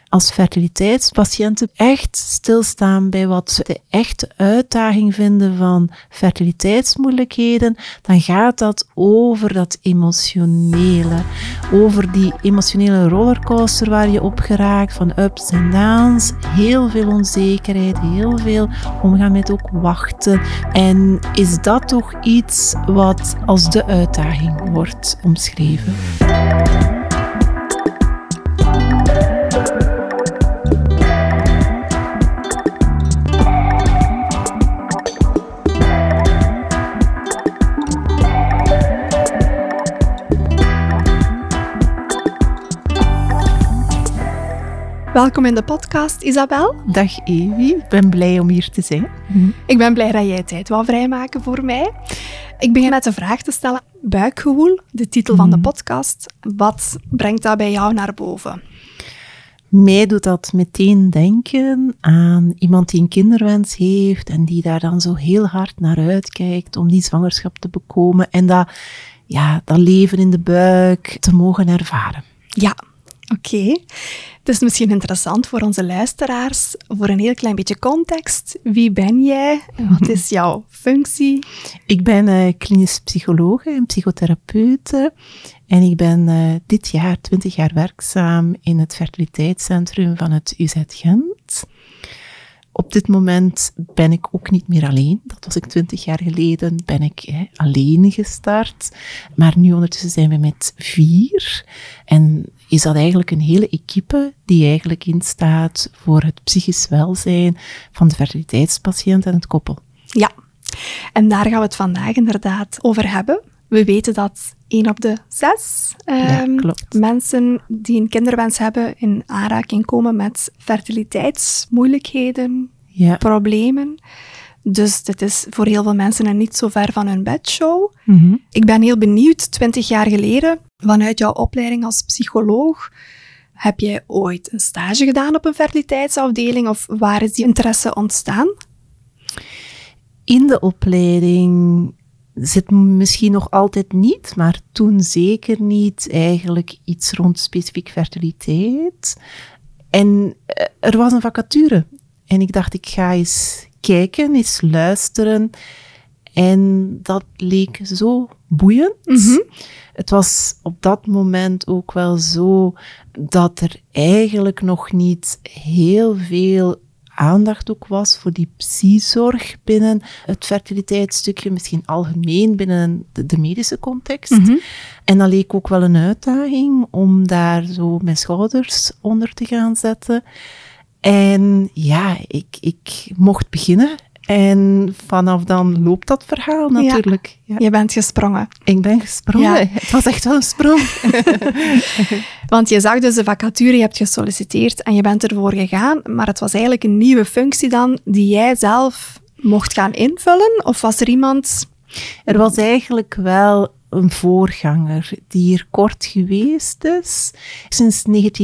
als fertiliteitspatiënten echt stilstaan bij wat ze de echte uitdaging vinden van fertiliteitsmoeilijkheden, dan gaat dat over dat emotionele. Over die emotionele rollercoaster waar je op geraakt, van ups en downs. Heel veel onzekerheid, heel veel omgaan met ook wachten. En is dat toch iets wat als de uitdaging wordt omschreven? Welkom in de podcast, Isabel. Dag Evie, ik ben blij om hier te zijn. Ik ben blij dat jij tijd wou vrijmaken voor mij. Ik begin met de vraag te stellen, buikgewoel, de titel van de podcast. Wat brengt dat bij jou naar boven? Mij doet dat meteen denken aan iemand die een kinderwens heeft en die daar dan zo heel hard naar uitkijkt om die zwangerschap te bekomen en dat leven in de buik te mogen ervaren. Ja, oké. Het is misschien interessant voor onze luisteraars, voor een heel klein beetje context. Wie ben jij en wat is jouw functie? Ik ben klinisch psychologe en psychotherapeute en ik ben dit jaar 20 jaar werkzaam in het fertiliteitscentrum van het UZ Gent. Op dit moment ben ik ook niet meer alleen. Dat was ik 20 jaar geleden, ben ik alleen gestart. Maar nu ondertussen zijn we met 4. En is dat eigenlijk een hele equipe die eigenlijk instaat voor het psychisch welzijn van de fertiliteitspatiënt en het koppel. Ja, en daar gaan we het vandaag inderdaad over hebben. We weten dat 1 op de 6 mensen die een kinderwens hebben in aanraking komen met fertiliteitsmoeilijkheden, problemen. Dus dit is voor heel veel mensen een niet zo ver van hun bedshow. Mm-hmm. Ik ben heel benieuwd, 20 jaar geleden, vanuit jouw opleiding als psycholoog, heb jij ooit een stage gedaan op een fertiliteitsafdeling of waar is die interesse ontstaan? In de opleiding zit misschien nog altijd niet, maar toen zeker niet eigenlijk iets rond specifiek fertiliteit. En er was een vacature. En ik dacht, ik ga eens kijken, eens luisteren. En dat leek zo boeiend. Mm-hmm. Het was op dat moment ook wel zo dat er eigenlijk nog niet heel veel aandacht ook was voor die psychzorg binnen het fertiliteitsstukje, misschien algemeen binnen de medische context. Mm-hmm. En dat leek ook wel een uitdaging om daar zo mijn schouders onder te gaan zetten. En ja, ik mocht beginnen. En vanaf dan loopt dat verhaal natuurlijk. Ja. Je bent gesprongen. Ik ben gesprongen. Ja. Het was echt wel een sprong. Want je zag dus de vacature, je hebt gesolliciteerd en je bent ervoor gegaan. Maar het was eigenlijk een nieuwe functie dan die jij zelf mocht gaan invullen? Of was er iemand? Er was eigenlijk wel een voorganger die hier kort geweest is. Sinds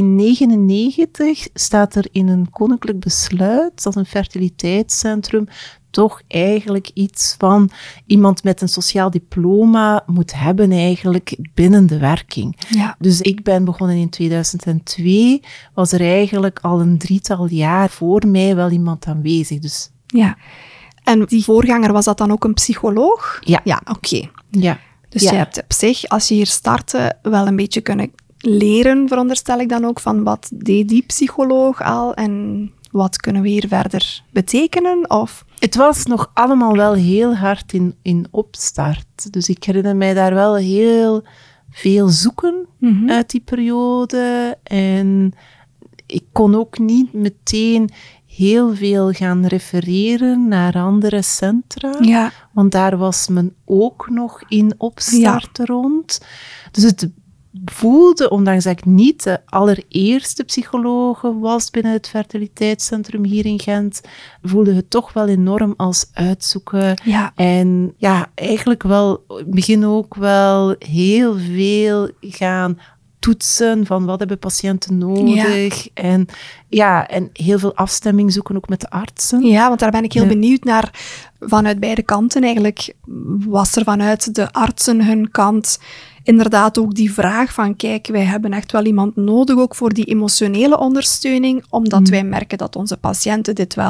1999 staat er in een koninklijk besluit dat een fertiliteitscentrum toch eigenlijk iets van iemand met een sociaal diploma moet hebben eigenlijk binnen de werking. Ja. Dus ik ben begonnen in 2002, was er eigenlijk al een 3-tal jaar voor mij wel iemand aanwezig. Dus. Ja. En die voorganger, was dat dan ook een psycholoog? Ja. Ja, oké. Ja. Dus je hebt op zich, als je hier startte, wel een beetje kunnen leren, veronderstel ik dan ook, van wat deed die psycholoog al en wat kunnen we hier verder betekenen? Of? Het was nog allemaal wel heel hard in opstart. Dus ik herinner mij daar wel heel veel zoeken uit die periode. En ik kon ook niet meteen heel veel gaan refereren naar andere centra. Ja. Want daar was men ook nog in opstart rond. Dus het voelde, ondanks dat ik niet de allereerste psychologe was binnen het fertiliteitscentrum hier in Gent, voelde het toch wel enorm als uitzoeken. Ja. En ja, eigenlijk wel, begin ook wel heel veel gaan toetsen van wat hebben patiënten nodig. En heel veel afstemming zoeken ook met de artsen. Ja, want daar ben ik heel benieuwd naar. Vanuit beide kanten eigenlijk. Was er vanuit de artsen hun kant inderdaad ook die vraag van kijk, wij hebben echt wel iemand nodig ook voor die emotionele ondersteuning, omdat wij merken dat onze patiënten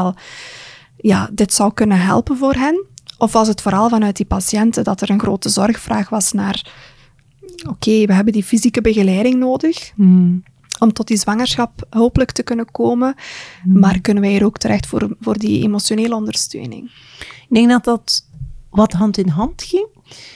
dit zou kunnen helpen voor hen? Of was het vooral vanuit die patiënten dat er een grote zorgvraag was naar oké, we hebben die fysieke begeleiding nodig om tot die zwangerschap hopelijk te kunnen komen, maar kunnen wij hier ook terecht voor die emotionele ondersteuning? Ik denk dat wat hand in hand ging.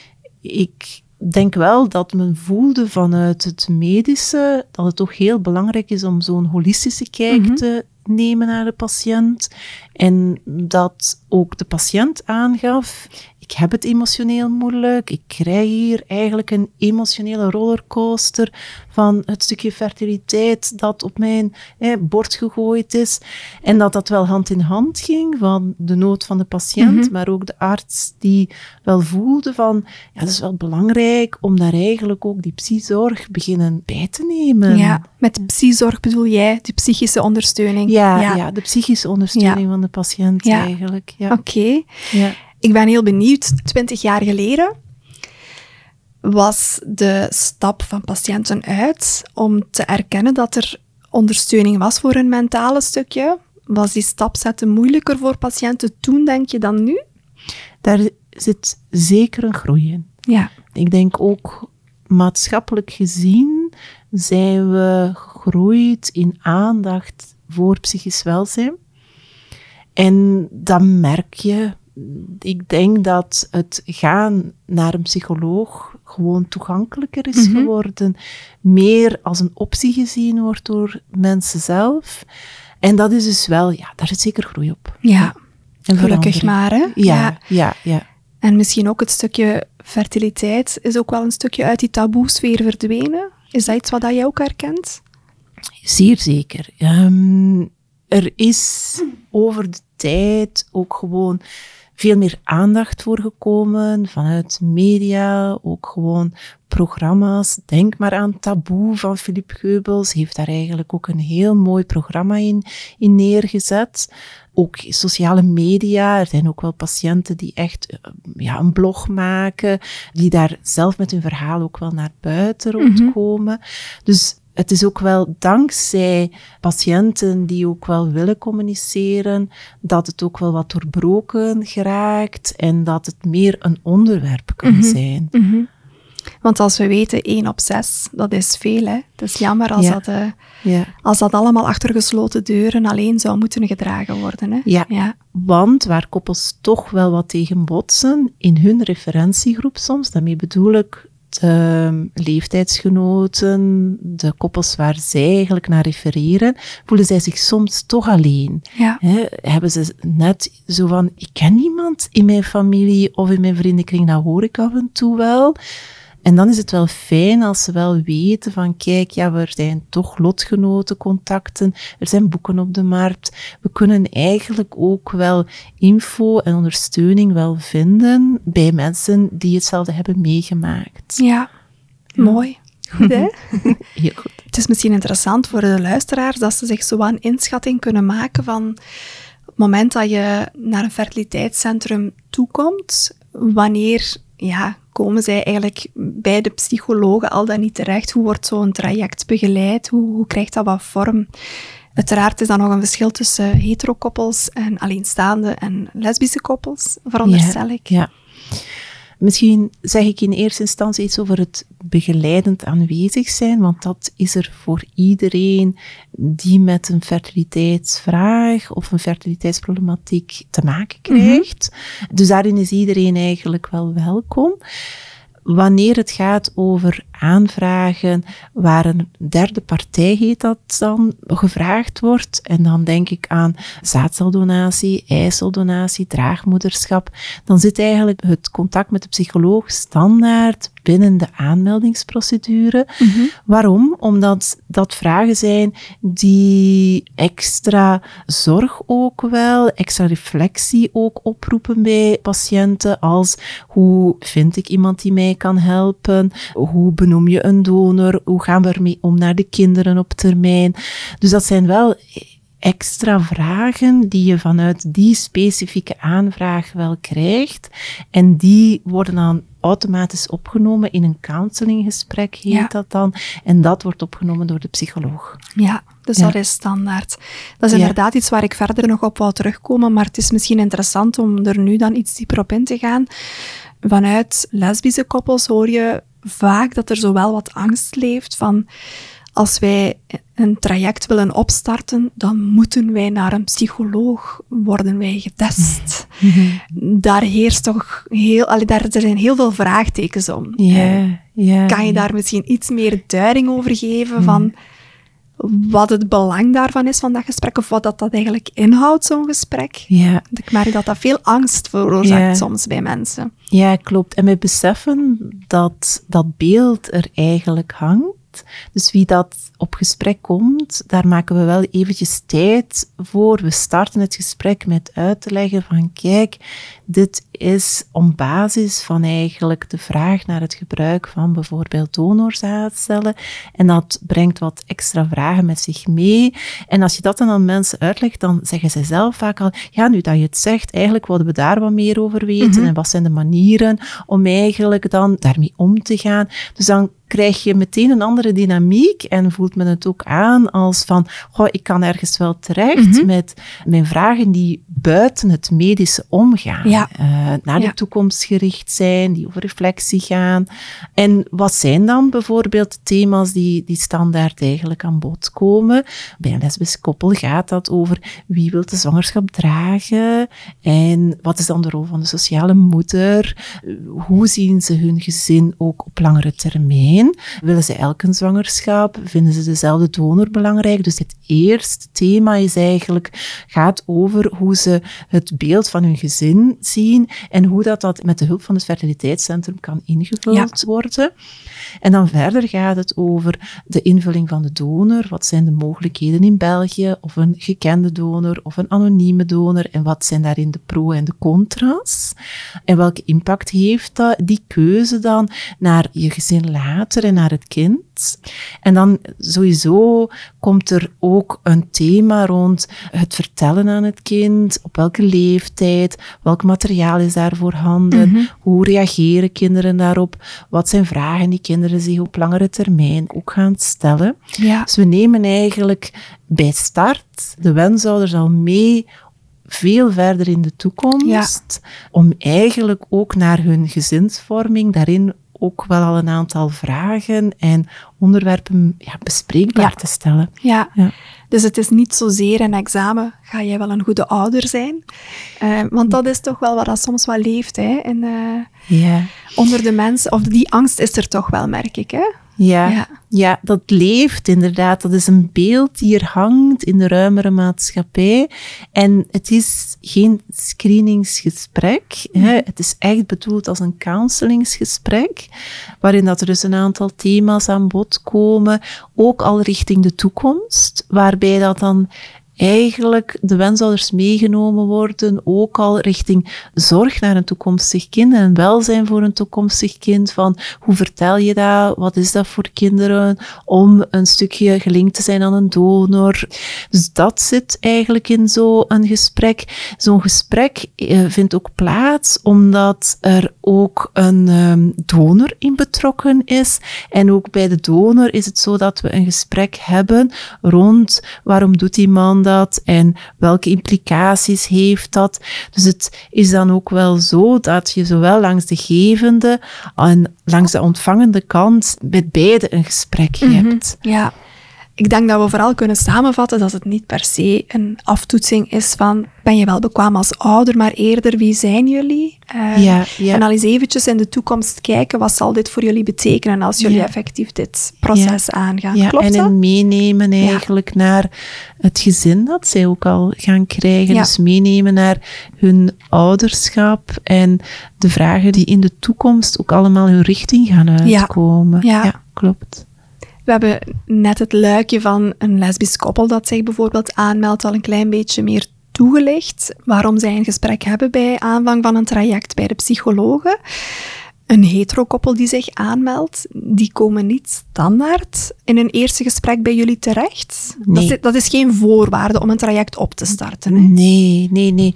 Ik denk wel dat men voelde vanuit het medische dat het toch heel belangrijk is om zo'n holistische kijk te nemen naar de patiënt. En dat ook de patiënt aangaf, ik heb het emotioneel moeilijk, ik krijg hier eigenlijk een emotionele rollercoaster van het stukje fertiliteit dat op mijn bord gegooid is. En dat wel hand in hand ging van de nood van de patiënt, maar ook de arts die wel voelde van, ja, dat is wel belangrijk om daar eigenlijk ook die psychzorg beginnen bij te nemen. Ja, met psychzorg bedoel jij die psychische ondersteuning? Ja, de psychische ondersteuning van de patiënt eigenlijk. Ja. Oké. Ja. Ik ben heel benieuwd. 20 jaar geleden was de stap van patiënten uit om te erkennen dat er ondersteuning was voor hun mentale stukje. Was die stap zetten moeilijker voor patiënten toen, denk je, dan nu? Daar zit zeker een groei in. Ja. Ik denk ook maatschappelijk gezien zijn we gegroeid in aandacht voor psychisch welzijn. En dan merk je, ik denk dat het gaan naar een psycholoog gewoon toegankelijker is geworden. Meer als een optie gezien wordt door mensen zelf. En dat is dus wel, daar zit zeker groei op. Ja, en gelukkig maar, hè? Ja. En misschien ook het stukje fertiliteit is ook wel een stukje uit die taboesfeer verdwenen. Is dat iets wat jij ook herkent? Zeer zeker. Er is over de tijd ook gewoon veel meer aandacht voor gekomen vanuit media, ook gewoon programma's. Denk maar aan Taboe van Philippe Geubels, heeft daar eigenlijk ook een heel mooi programma in neergezet. Ook sociale media, er zijn ook wel patiënten die echt een blog maken, die daar zelf met hun verhaal ook wel naar buiten rondkomen. Dus het is ook wel dankzij patiënten die ook wel willen communiceren, dat het ook wel wat doorbroken geraakt en dat het meer een onderwerp kan zijn. Want als we weten, 1 op 6, dat is veel, hè. Het is jammer als dat allemaal achter gesloten deuren alleen zou moeten gedragen worden, hè. Ja, want waar koppels toch wel wat tegen botsen, in hun referentiegroep soms, daarmee bedoel ik de leeftijdsgenoten, de koppels waar zij eigenlijk naar refereren, voelen zij zich soms toch alleen. Ja. Hebben ze net zo van, ik ken niemand in mijn familie of in mijn vriendenkring, dat hoor ik af en toe wel. En dan is het wel fijn als ze wel weten van, kijk, er zijn toch lotgenotencontacten, er zijn boeken op de markt. We kunnen eigenlijk ook wel info en ondersteuning wel vinden bij mensen die hetzelfde hebben meegemaakt. Ja, mooi. Goed, hè? Heel goed. Het is misschien interessant voor de luisteraars dat ze zich zo een inschatting kunnen maken van het moment dat je naar een fertiliteitscentrum toekomt, wanneer komen zij eigenlijk bij de psychologen al dan niet terecht? Hoe wordt zo'n traject begeleid? Hoe krijgt dat wat vorm? Uiteraard is dan nog een verschil tussen hetero-koppels en alleenstaande en lesbische koppels, veronderstel ik. Ja. Misschien zeg ik in eerste instantie iets over het begeleidend aanwezig zijn, want dat is er voor iedereen die met een fertiliteitsvraag of een fertiliteitsproblematiek te maken krijgt. Dus daarin is iedereen eigenlijk wel welkom. Wanneer het gaat over aanvragen waar een derde partij, heet dat dan, gevraagd wordt, en dan denk ik aan zaadceldonatie, eiceldonatie, draagmoederschap, dan zit eigenlijk het contact met de psycholoog standaard binnen de aanmeldingsprocedure. Waarom? Omdat dat vragen zijn die extra zorg ook wel, extra reflectie ook oproepen bij patiënten, als hoe vind ik iemand die mij mij kan helpen? Hoe benoem je een donor? Hoe gaan we ermee om naar de kinderen op termijn? Dus dat zijn wel extra vragen die je vanuit die specifieke aanvraag wel krijgt. En die worden dan automatisch opgenomen in een counselinggesprek, heet dat dan. En dat wordt opgenomen door de psycholoog. Ja, dus dat is standaard. Dat is inderdaad iets waar ik verder nog op wou terugkomen, maar het is misschien interessant om er nu dan iets dieper op in te gaan. Vanuit lesbische koppels hoor je vaak dat er zowel wat angst leeft van, als wij een traject willen opstarten, dan moeten wij naar een psycholoog, worden wij getest. Daar heerst toch er zijn heel veel vraagtekens om. Kan je daar misschien iets meer duiding over geven van wat het belang daarvan is van dat gesprek, of wat dat eigenlijk inhoudt, zo'n gesprek? Ik merk dat veel angst veroorzaakt soms bij mensen. Ja, klopt. En we beseffen dat dat beeld er eigenlijk hangt. Dus wie dat op gesprek komt, daar maken we wel eventjes tijd voor. We starten het gesprek met uit te leggen van kijk, dit is op basis van eigenlijk de vraag naar het gebruik van bijvoorbeeld donorzaadcellen. En dat brengt wat extra vragen met zich mee. En als je dat dan aan mensen uitlegt, dan zeggen zij zelf vaak al, ja, nu dat je het zegt, eigenlijk wilden we daar wat meer over weten. En wat zijn de manieren om eigenlijk dan daarmee om te gaan. Dus dan krijg je meteen een andere dynamiek en voelt men het ook aan als van, ik kan ergens wel terecht met mijn vragen die buiten het medische omgaan. Naar de toekomst gericht zijn, die over reflectie gaan. En wat zijn dan bijvoorbeeld thema's die standaard eigenlijk aan bod komen? Bij een lesbisch koppel gaat dat over wie wil de zwangerschap dragen en wat is dan de rol van de sociale moeder? Hoe zien ze hun gezin ook op langere termijn? Willen ze elke zwangerschap? Vinden ze dezelfde donor belangrijk? Dus het eerste thema gaat over hoe ze het beeld van hun gezin zien en hoe dat met de hulp van het fertiliteitscentrum kan ingevuld worden. En dan verder gaat het over de invulling van de donor. Wat zijn de mogelijkheden in België? Of een gekende donor of een anonieme donor? En wat zijn daarin de pro- en de contra's? En welke impact heeft die keuze dan naar je gezin later en naar het kind? En dan sowieso komt er ook een thema rond het vertellen aan het kind, op welke leeftijd, welk materiaal is daar voorhanden, hoe reageren kinderen daarop, wat zijn vragen die kinderen zich op langere termijn ook gaan stellen. Dus we nemen eigenlijk bij start de wensouders al mee veel verder in de toekomst, om eigenlijk ook naar hun gezinsvorming daarin ook wel al een aantal vragen en onderwerpen bespreekbaar te stellen. Dus het is niet zozeer een examen, ga jij wel een goede ouder zijn? Want dat is toch wel wat dat soms wel leeft, hè? En, onder de mensen, of die angst is er toch wel, merk ik, hè? Ja, dat leeft inderdaad. Dat is een beeld die er hangt in de ruimere maatschappij. En het is geen screeningsgesprek. Het is echt bedoeld als een counselingsgesprek, waarin dat er dus een aantal thema's aan bod komen, ook al richting de toekomst, waarbij dat dan eigenlijk de wensouders meegenomen worden, ook al richting zorg naar een toekomstig kind en welzijn voor een toekomstig kind, van hoe vertel je dat, wat is dat voor kinderen, om een stukje gelinkt te zijn aan een donor. Dus dat zit eigenlijk in zo'n gesprek. Zo'n gesprek vindt ook plaats omdat er ook een donor in betrokken is. En ook bij de donor is het zo dat we een gesprek hebben rond waarom doet die man dat en welke implicaties heeft dat. Dus het is dan ook wel zo dat je zowel langs de gevende en langs de ontvangende kant met beide een gesprek hebt. Ja. Ik denk dat we vooral kunnen samenvatten dat het niet per se een aftoetsing is van ben je wel bekwaam als ouder, maar eerder wie zijn jullie? En al eens eventjes in de toekomst kijken, wat zal dit voor jullie betekenen als jullie effectief dit proces aangaan. Klopt en dat? En meenemen eigenlijk naar het gezin dat zij ook al gaan krijgen. Dus meenemen naar hun ouderschap en de vragen die in de toekomst ook allemaal hun richting gaan uitkomen. Ja, klopt. We hebben net het luikje van een lesbisch koppel dat zich bijvoorbeeld aanmeldt al een klein beetje meer toegelicht. Waarom zij een gesprek hebben bij aanvang van een traject bij de psychologen. Een hetero-koppel die zich aanmeldt, die komen niet standaard in een eerste gesprek bij jullie terecht? Nee. Dat is geen voorwaarde om een traject op te starten, hè? Nee.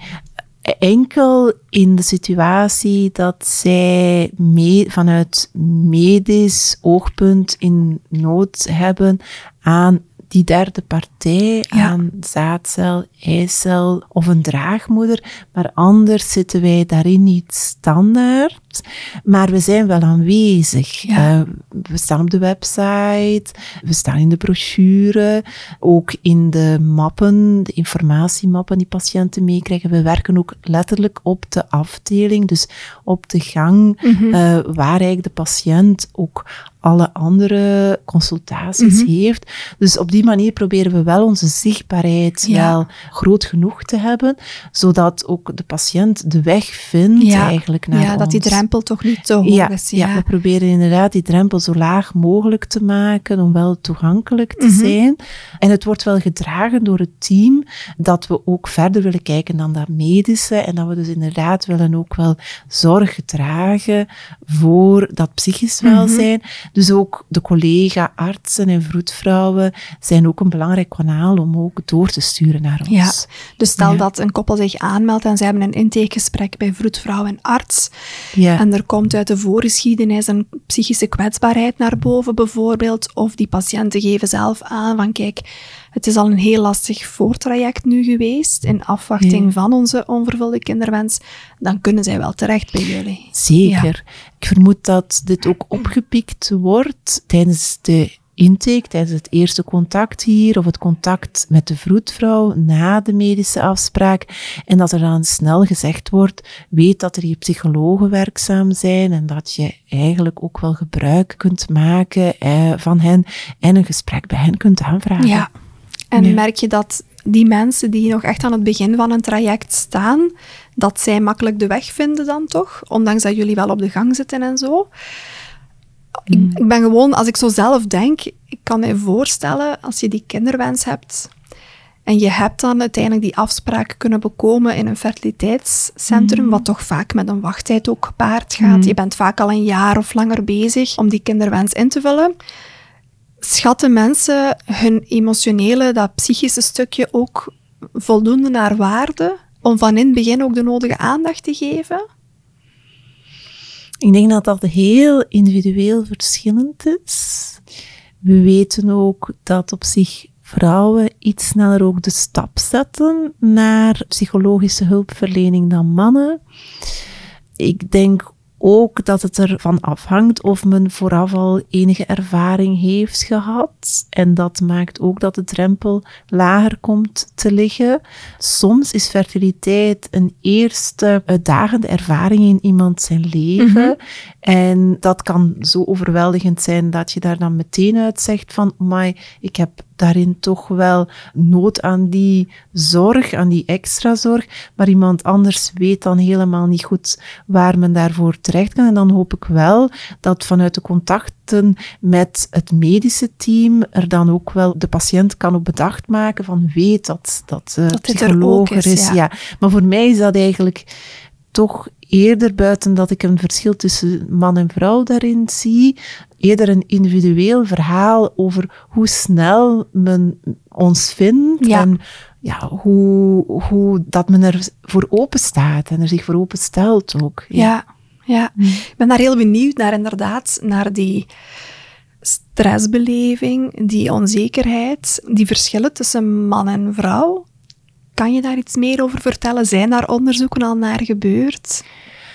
Enkel in de situatie dat zij vanuit medisch oogpunt in nood hebben aan die derde partij, aan zaadcel, eicel of een draagmoeder. Maar anders zitten wij daarin niet standaard. Maar we zijn wel aanwezig. Ja. We staan op de website, we staan in de brochure, ook in de mappen, de informatiemappen die patiënten meekrijgen. We werken ook letterlijk op de afdeling, dus op de gang, waar eigenlijk de patiënt ook alle andere consultaties heeft. Dus op die manier proberen we wel onze zichtbaarheid wel groot genoeg te hebben, zodat ook de patiënt de weg vindt eigenlijk naar ons. Ja, dat die drempel toch niet te hoog is. Ja, we proberen inderdaad die drempel zo laag mogelijk te maken om wel toegankelijk te zijn. En het wordt wel gedragen door het team dat we ook verder willen kijken dan dat medische en dat we dus inderdaad willen ook wel zorg dragen voor dat psychisch welzijn. Dus ook de collega-artsen en vroedvrouwen zijn ook een belangrijk kanaal om ook door te sturen naar ons. Ja, dus stel dat een koppel zich aanmeldt en ze hebben een intakegesprek bij vroedvrouw en arts. Ja. En er komt uit de voorgeschiedenis een psychische kwetsbaarheid naar boven bijvoorbeeld. Of die patiënten geven zelf aan van kijk, het is al een heel lastig voortraject nu geweest in afwachting van onze onvervulde kinderwens. Dan kunnen zij wel terecht bij jullie. Zeker. Ja. Ik vermoed dat dit ook opgepikt wordt tijdens de intake, tijdens het eerste contact hier, of het contact met de vroedvrouw na de medische afspraak. En dat er dan snel gezegd wordt, weet dat er hier psychologen werkzaam zijn en dat je eigenlijk ook wel gebruik kunt maken van hen en een gesprek bij hen kunt aanvragen. Ja. En merk je dat die mensen die nog echt aan het begin van een traject staan, dat zij makkelijk de weg vinden dan toch? Ondanks dat jullie wel op de gang zitten en zo. Ik ben gewoon, als ik zo zelf denk, ik kan me voorstellen, als je die kinderwens hebt en je hebt dan uiteindelijk die afspraak kunnen bekomen in een fertiliteitscentrum, wat toch vaak met een wachttijd ook gepaard gaat. Je bent vaak al een jaar of langer bezig om die kinderwens in te vullen. Schatten mensen hun emotionele, dat psychische stukje ook voldoende naar waarde om van in het begin ook de nodige aandacht te geven? Ik denk dat dat heel individueel verschillend is. We weten ook dat op zich vrouwen iets sneller ook de stap zetten naar psychologische hulpverlening dan mannen. Ik denk ook dat het ervan afhangt of men vooraf al enige ervaring heeft gehad. En dat maakt ook dat de drempel lager komt te liggen. Soms is fertiliteit een eerste uitdagende ervaring in iemand zijn leven. En dat kan zo overweldigend zijn dat je daar dan meteen uit zegt van, amai, ik heb daarin toch wel nood aan die zorg, aan die extra zorg, maar iemand anders weet dan helemaal niet goed waar men daarvoor terecht kan. En dan hoop ik wel dat vanuit de contacten met het medische team er dan ook wel de patiënt kan op bedacht maken van weet dat psycholoog er is. Ja. Maar voor mij is dat eigenlijk toch eerder, buiten dat ik een verschil tussen man en vrouw daarin zie, eerder een individueel verhaal over hoe snel men ons vindt en hoe dat men er voor open staat en er zich voor open stelt ook. Ja. Ik ben daar heel benieuwd naar, inderdaad, naar die stressbeleving, die onzekerheid, die verschillen tussen man en vrouw. Kan je daar iets meer over vertellen? Zijn daar onderzoeken al naar gebeurd?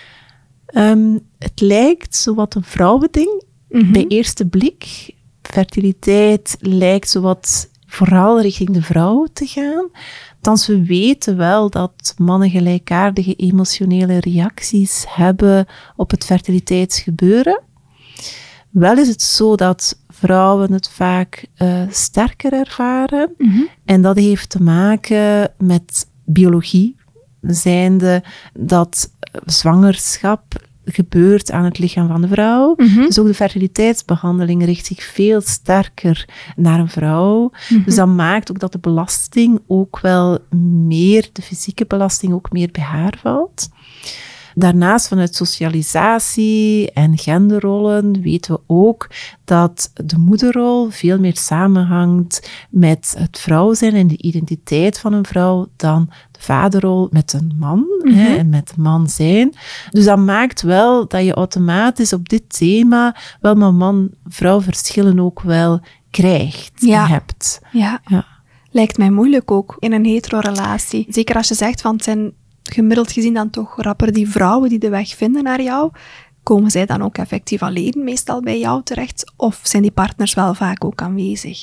Het lijkt zowat een vrouwending bij eerste blik. Fertiliteit lijkt zowat vooral richting de vrouw te gaan. Thans, we weten wel dat mannen gelijkaardige emotionele reacties hebben op het fertiliteitsgebeuren. Wel is het zo dat vrouwen het vaak sterker ervaren. En dat heeft te maken met biologie. Zijnde dat zwangerschap gebeurt aan het lichaam van de vrouw. Dus ook de fertiliteitsbehandeling richt zich veel sterker naar een vrouw. Dus dat maakt ook dat de belasting ook wel meer, de fysieke belasting ook meer bij haar valt. Daarnaast vanuit socialisatie en genderrollen weten we ook dat de moederrol veel meer samenhangt met het vrouw zijn en de identiteit van een vrouw dan de vaderrol met een man en met man zijn. Dus dat maakt wel dat je automatisch op dit thema wel maar man-vrouw verschillen ook wel krijgt en hebt. Ja. Lijkt mij moeilijk ook in een hetero-relatie. Zeker als je zegt van het zijn gemiddeld gezien dan toch rapper die vrouwen die de weg vinden naar jou. Komen zij dan ook effectief alleen meestal bij jou terecht? Of zijn die partners wel vaak ook aanwezig?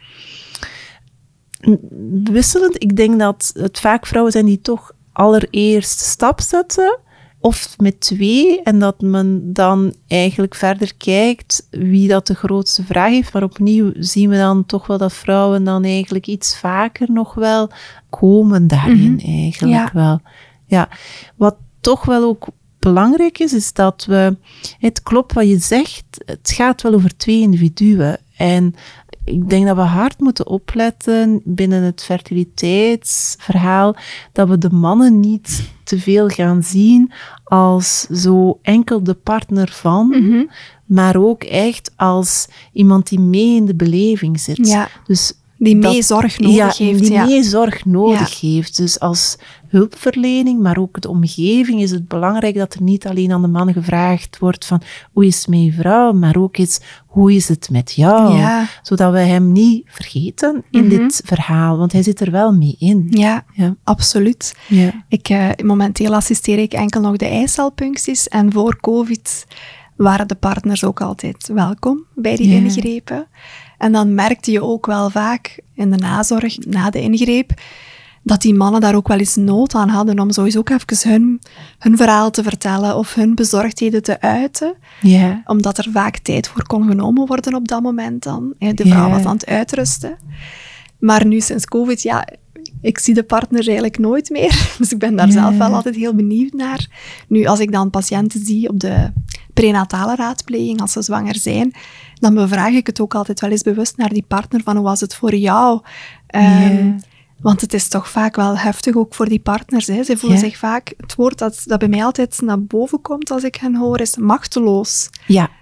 Wisselend. Ik denk dat het vaak vrouwen zijn die toch allereerst stap zetten. Of met 2. En dat men dan eigenlijk verder kijkt wie dat de grootste vraag heeft. Maar opnieuw zien we dan toch wel dat vrouwen dan eigenlijk iets vaker nog wel komen daarin eigenlijk wel. Ja. Wat toch wel ook belangrijk is dat we... Het klopt wat je zegt, het gaat wel over 2 individuen. En ik denk dat we hard moeten opletten binnen het fertiliteitsverhaal, dat we de mannen niet te veel gaan zien als zo enkel de partner van, maar ook echt als iemand die mee in de beleving zit. Ja. Dus die mee zorg nodig heeft. Die mee zorg nodig heeft. Dus als hulpverlening, maar ook de omgeving, is het belangrijk dat er niet alleen aan de man gevraagd wordt van hoe is het met je vrouw, maar ook eens hoe is het met jou? Ja. Zodat we hem niet vergeten in dit verhaal, want hij zit er wel mee in. Ja, absoluut. Ja. Momenteel assisteer ik enkel nog de eicelpuncties en voor COVID waren de partners ook altijd welkom bij die ingrepen. En dan merkte je ook wel vaak in de nazorg, na de ingreep, dat die mannen daar ook wel eens nood aan hadden om sowieso ook even hun verhaal te vertellen of hun bezorgdheden te uiten. Yeah. Omdat er vaak tijd voor kon genomen worden op dat moment dan. De vrouw was aan het uitrusten. Maar nu sinds COVID, ik zie de partners eigenlijk nooit meer. Dus ik ben daar zelf wel altijd heel benieuwd naar. Nu, als ik dan patiënten zie op de prenatale raadpleging, als ze zwanger zijn, dan bevraag ik het ook altijd wel eens bewust naar die partner van hoe was het voor jou? Want het is toch vaak wel heftig ook voor die partners. Hè. Ze voelen zich vaak, het woord dat bij mij altijd naar boven komt als ik hen hoor, is machteloos.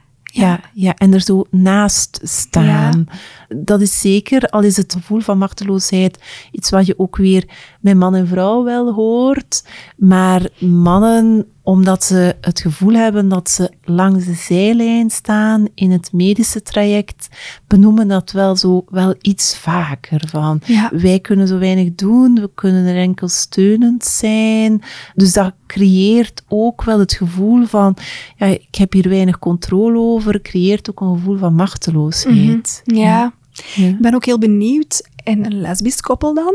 Ja, en er zo naast staan. Ja. Dat is zeker, al is het gevoel van machteloosheid iets wat je ook weer bij man en vrouw wel hoort. Maar mannen, omdat ze het gevoel hebben dat ze langs de zijlijn staan in het medische traject, benoemen dat wel iets vaker. Van, wij kunnen zo weinig doen, we kunnen er enkel steunend zijn. Dus dat creëert ook wel het gevoel van, ik heb hier weinig controle over, creëert ook een gevoel van machteloosheid. Ja. Ik ben ook heel benieuwd in een lesbisch koppel dan.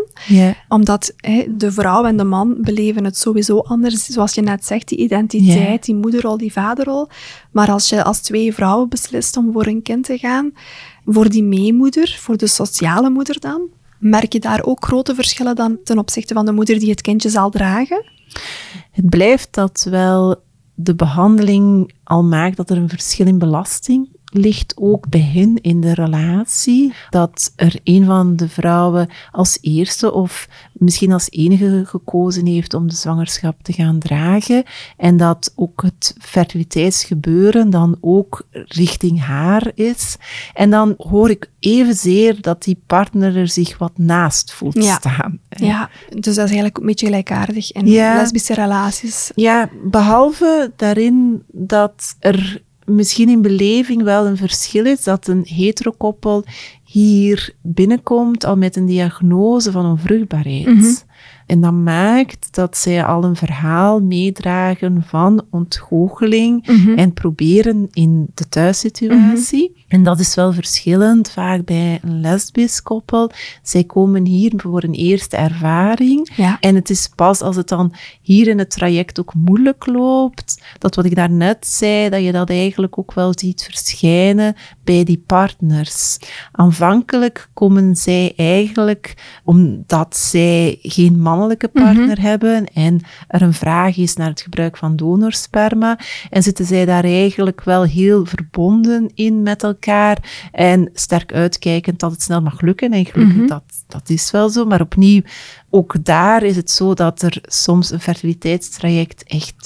Omdat de vrouw en de man beleven het sowieso anders. Zoals je net zegt, die identiteit, die moederrol, die vaderrol. Maar als je als 2 vrouwen beslist om voor een kind te gaan, voor die meemoeder, voor de sociale moeder dan, merk je daar ook grote verschillen dan ten opzichte van de moeder die het kindje zal dragen? Het blijft dat wel de behandeling al maakt dat er een verschil in belasting ligt ook bij hen in de relatie, dat er een van de vrouwen als eerste of misschien als enige gekozen heeft om de zwangerschap te gaan dragen en dat ook het fertiliteitsgebeuren dan ook richting haar is. En dan hoor ik evenzeer dat die partner er zich wat naast voelt staan. Ja, dus dat is eigenlijk een beetje gelijkaardig in lesbische relaties. Ja, behalve daarin dat er misschien in beleving wel een verschil is dat een heterokoppel hier binnenkomt al met een diagnose van onvruchtbaarheid. En dat maakt dat zij al een verhaal meedragen van ontgoocheling en proberen in de thuissituatie. En dat is wel verschillend vaak bij een lesbisch koppel. Zij komen hier voor een eerste ervaring. En het is pas als het dan hier in het traject ook moeilijk loopt, dat wat ik daarnet zei, dat je dat eigenlijk ook wel ziet verschijnen bij die partners. Aanvankelijk komen zij eigenlijk, omdat zij geen mannelijke partner hebben en er een vraag is naar het gebruik van donorsperma, en zitten zij daar eigenlijk wel heel verbonden in met elkaar en sterk uitkijkend dat het snel mag lukken. En gelukkig, dat is wel zo. Maar opnieuw, ook daar is het zo dat er soms een fertiliteitstraject echt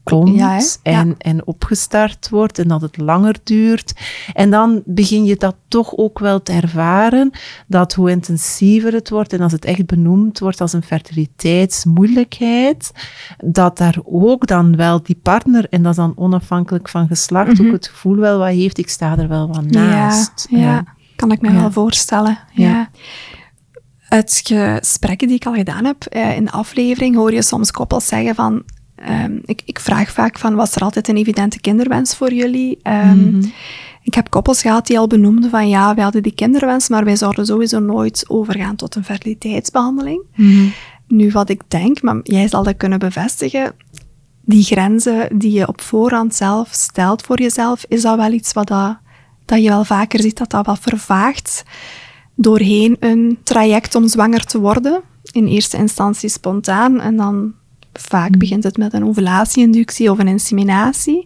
komt en opgestart wordt en dat het langer duurt. En dan begin je dat toch ook wel te ervaren, dat hoe intensiever het wordt en als het echt benoemd wordt als een fertiliteitsmoeilijkheid, dat daar ook dan wel die partner, en dat is dan onafhankelijk van geslacht, ook het gevoel wel wat heeft, ik sta er wel wat naast. Ja. Kan ik me wel voorstellen. Ja. Uit gesprekken die ik al gedaan heb in de aflevering, hoor je soms koppels zeggen van, ik vraag vaak van, was er altijd een evidente kinderwens voor jullie? Ik heb koppels gehad die al benoemden van, ja, wij hadden die kinderwens, maar wij zouden sowieso nooit overgaan tot een fertiliteitsbehandeling. Nu, wat ik denk, maar jij zal dat kunnen bevestigen, die grenzen die je op voorhand zelf stelt voor jezelf, is dat wel iets wat dat je wel vaker ziet, dat wat vervaagt doorheen een traject om zwanger te worden. In eerste instantie spontaan en dan vaak begint het met een ovulatie-inductie of een inseminatie.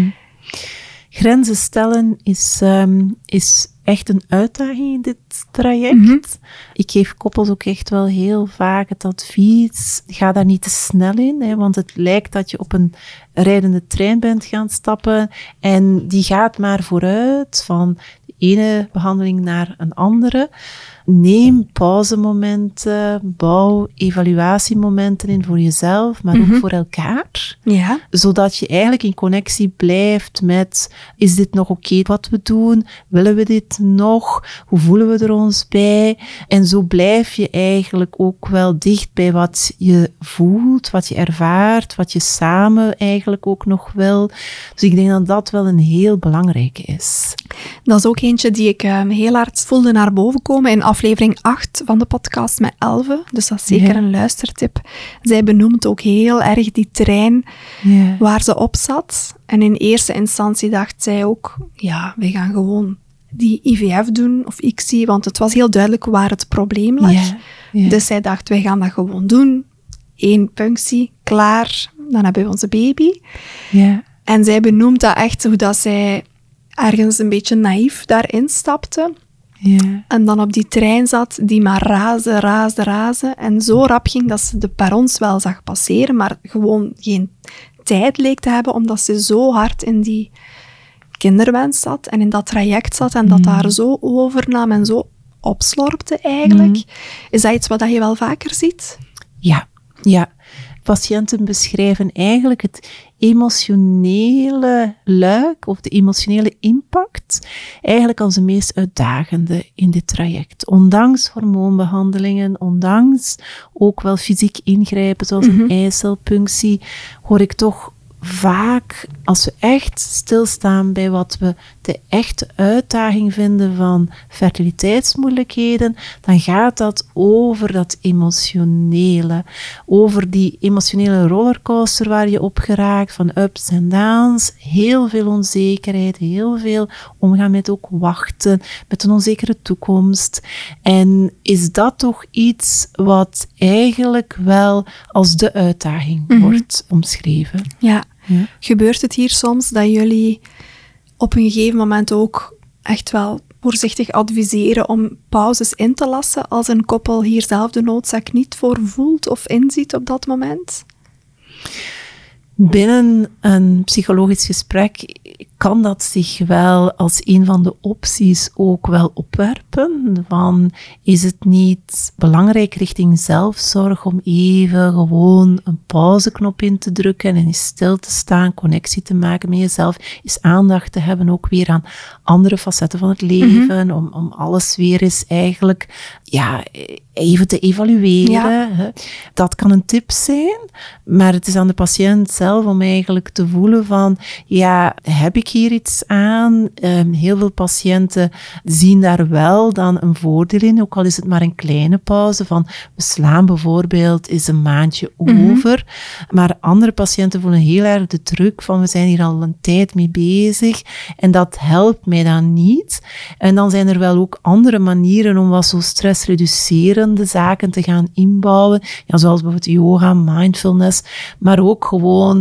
Grenzen stellen is echt een uitdaging in dit traject. Ik geef koppels ook echt wel heel vaak het advies, ga daar niet te snel in, hè, want het lijkt dat je op een rijdende trein bent gaan stappen en die gaat maar vooruit van de ene behandeling naar een andere. Neem pauzemomenten, bouw evaluatiemomenten in voor jezelf, maar ook voor elkaar. Ja. Zodat je eigenlijk in connectie blijft met, is dit nog oké wat we doen? Willen we dit nog? Hoe voelen we er ons bij? En zo blijf je eigenlijk ook wel dicht bij wat je voelt, wat je ervaart, wat je samen eigenlijk ook nog wil. Dus ik denk dat dat wel een heel belangrijke is. Dat is ook eentje die ik heel hard voelde naar boven komen in aflevering 8 van de podcast met Elve. Dus dat is zeker een luistertip. Zij benoemt ook heel erg die trein waar ze op zat. En in eerste instantie dacht zij ook, ja, wij gaan gewoon die IVF doen of ICSI, want het was heel duidelijk waar het probleem lag. Dus zij dacht, wij gaan dat gewoon doen. 1 punctie, klaar, dan hebben we onze baby. En zij benoemt dat echt, hoe dat zij ergens een beetje naïef daarin stapte. En dan op die trein zat, die maar raasde. En zo rap ging dat ze de perrons wel zag passeren, maar gewoon geen tijd leek te hebben, omdat ze zo hard in die kinderwens zat en in dat traject zat en dat daar zo overnam en zo opslorpte eigenlijk. Is dat iets wat je wel vaker ziet? Ja. Patiënten beschrijven eigenlijk het emotionele luik of de emotionele impact eigenlijk als de meest uitdagende in dit traject. Ondanks hormoonbehandelingen, ondanks ook wel fysiek ingrijpen zoals een eicelpunctie, hoor ik toch vaak, als we echt stilstaan bij wat we de echte uitdaging vinden van fertiliteitsmoeilijkheden, dan gaat dat over dat emotionele. Over die emotionele rollercoaster waar je op geraakt, van ups en downs, heel veel onzekerheid, heel veel omgaan met ook wachten, met een onzekere toekomst. En is dat toch iets wat eigenlijk wel als de uitdaging wordt omschreven? Ja. Gebeurt het hier soms dat jullie op een gegeven moment ook echt wel voorzichtig adviseren om pauzes in te lassen als een koppel hier zelf de noodzaak niet voor voelt of inziet op dat moment? Binnen een psychologisch gesprek kan dat zich wel als een van de opties ook wel opwerpen. Van, is het niet belangrijk richting zelfzorg om even gewoon een pauzeknop in te drukken en eens stil te staan, connectie te maken met jezelf, eens aandacht te hebben ook weer aan andere facetten van het leven, om alles weer eens eigenlijk even te evalueren. Hè. Dat kan een tip zijn, maar het is aan de patiënt zelf om eigenlijk te voelen van, heb ik hier iets aan? Heel veel patiënten zien daar wel dan een voordeel in, ook al is het maar een kleine pauze van, we slaan bijvoorbeeld eens een maandje over, maar andere patiënten voelen heel erg de druk van, we zijn hier al een tijd mee bezig en dat helpt mij dan niet. En dan zijn er wel ook andere manieren om wat zo stressreducerende zaken te gaan inbouwen, zoals bijvoorbeeld yoga, mindfulness, maar ook gewoon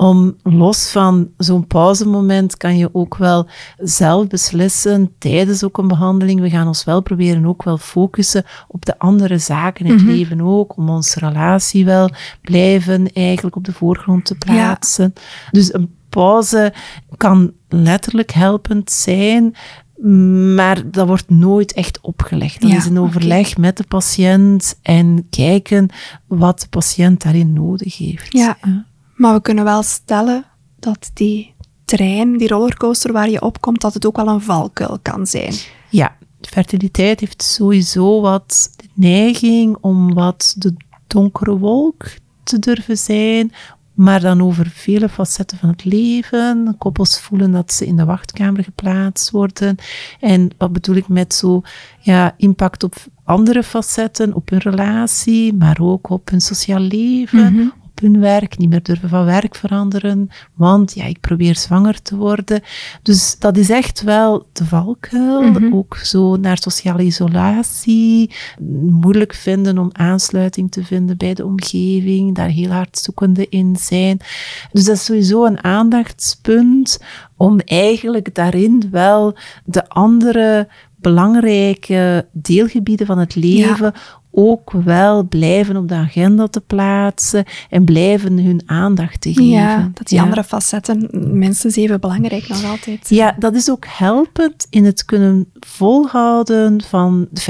om los van zo'n pauzemoment kan je ook wel zelf beslissen tijdens ook een behandeling. We gaan ons wel proberen ook wel focussen op de andere zaken in het leven ook, om onze relatie wel blijven eigenlijk op de voorgrond te plaatsen. Ja. Dus een pauze kan letterlijk helpend zijn, maar dat wordt nooit echt opgelegd. Dat is een overleg met de patiënt en kijken wat de patiënt daarin nodig heeft. Ja. Maar we kunnen wel stellen dat die trein, die rollercoaster waar je op komt, dat het ook wel een valkuil kan zijn. Ja, fertiliteit heeft sowieso wat de neiging om wat de donkere wolk te durven zijn, maar dan over vele facetten van het leven. Koppels voelen dat ze in de wachtkamer geplaatst worden. En wat bedoel ik met zo impact op andere facetten, op hun relatie, maar ook op hun sociaal leven, op hun werk, niet meer durven van werk veranderen, want ik probeer zwanger te worden. Dus dat is echt wel de valkuil, ook zo naar sociale isolatie, moeilijk vinden om aansluiting te vinden bij de omgeving, daar heel hard zoekende in zijn. Dus dat is sowieso een aandachtspunt om eigenlijk daarin wel de andere belangrijke deelgebieden van het leven ook wel blijven op de agenda te plaatsen en blijven hun aandacht te geven. Ja, dat die andere facetten minstens even belangrijk nog altijd zijn. Ja, dat is ook helpend in het kunnen volhouden van de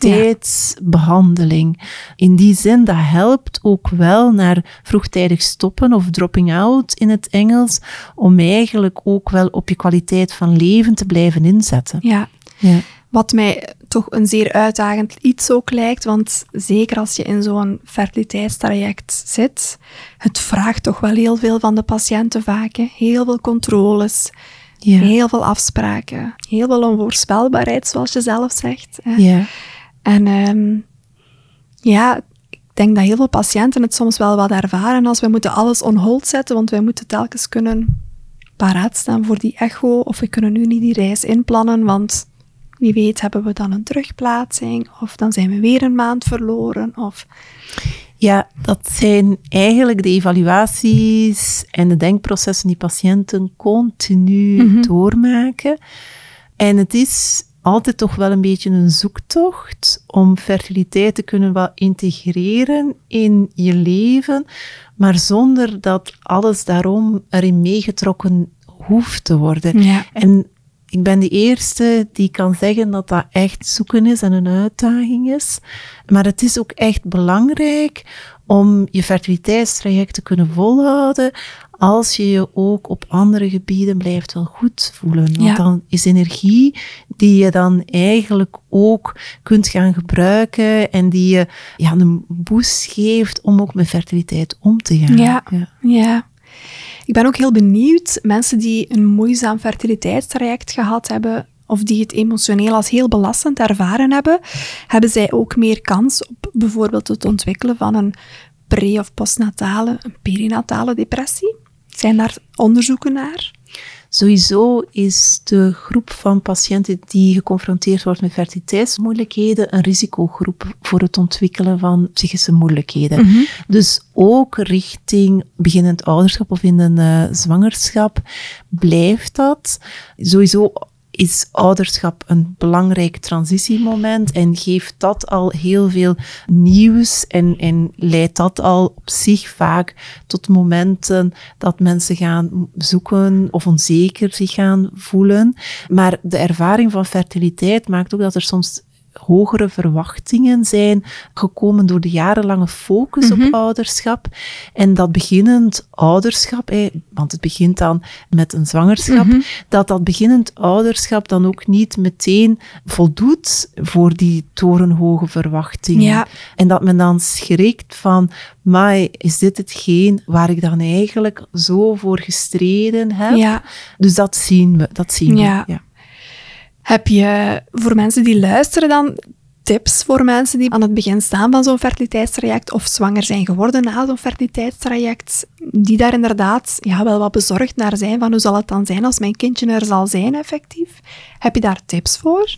fertiliteitsbehandeling. In die zin, dat helpt ook wel naar vroegtijdig stoppen of dropping out in het Engels, om eigenlijk ook wel op je kwaliteit van leven te blijven inzetten. Ja. Wat mij toch een zeer uitdagend iets ook lijkt, want zeker als je in zo'n fertiliteitstraject zit, het vraagt toch wel heel veel van de patiënten vaak. Hè? Heel veel controles, heel veel afspraken, heel veel onvoorspelbaarheid, zoals je zelf zegt. Hè? Ja. En ik denk dat heel veel patiënten het soms wel wat ervaren als we moeten alles on hold zetten, want wij moeten telkens kunnen paraat staan voor die echo, of we kunnen nu niet die reis inplannen, want wie weet hebben we dan een terugplaatsing, of dan zijn we weer een maand verloren. Ja, dat zijn eigenlijk de evaluaties en de denkprocessen die patiënten continu doormaken. En het is altijd toch wel een beetje een zoektocht om fertiliteit te kunnen wat integreren in je leven, maar zonder dat alles daarom erin meegetrokken hoeft te worden. Ja. En ik ben de eerste die kan zeggen dat dat echt zoeken is en een uitdaging is. Maar het is ook echt belangrijk om je fertiliteitstraject te kunnen volhouden als je je ook op andere gebieden blijft wel goed voelen. Want dan is energie die je dan eigenlijk ook kunt gaan gebruiken en die je een boost geeft om ook met fertiliteit om te gaan. Ja. Ik ben ook heel benieuwd, mensen die een moeizaam fertiliteitstraject gehad hebben, of die het emotioneel als heel belastend ervaren hebben zij ook meer kans op bijvoorbeeld het ontwikkelen van een pre- of postnatale, een perinatale depressie? Zijn daar onderzoeken naar? Sowieso is de groep van patiënten die geconfronteerd wordt met fertiliteitsmoeilijkheden een risicogroep voor het ontwikkelen van psychische moeilijkheden. Dus ook richting beginnend ouderschap of in een zwangerschap blijft dat. Sowieso is ouderschap een belangrijk transitiemoment en geeft dat al heel veel nieuws en leidt dat al op zich vaak tot momenten dat mensen gaan zoeken of onzeker zich gaan voelen. Maar de ervaring van fertiliteit maakt ook dat er soms hogere verwachtingen zijn gekomen door de jarenlange focus op ouderschap. En dat beginnend ouderschap, want het begint dan met een zwangerschap, dat beginnend ouderschap dan ook niet meteen voldoet voor die torenhoge verwachtingen. Ja. En dat men dan schrikt van, maar is dit hetgeen waar ik dan eigenlijk zo voor gestreden heb? Ja. Dus dat zien we. Ja. Heb je voor mensen die luisteren dan tips voor mensen die aan het begin staan van zo'n fertiliteitstraject of zwanger zijn geworden na zo'n fertiliteitstraject, die daar inderdaad wel wat bezorgd naar zijn van hoe zal het dan zijn als mijn kindje er zal zijn effectief? Heb je daar tips voor?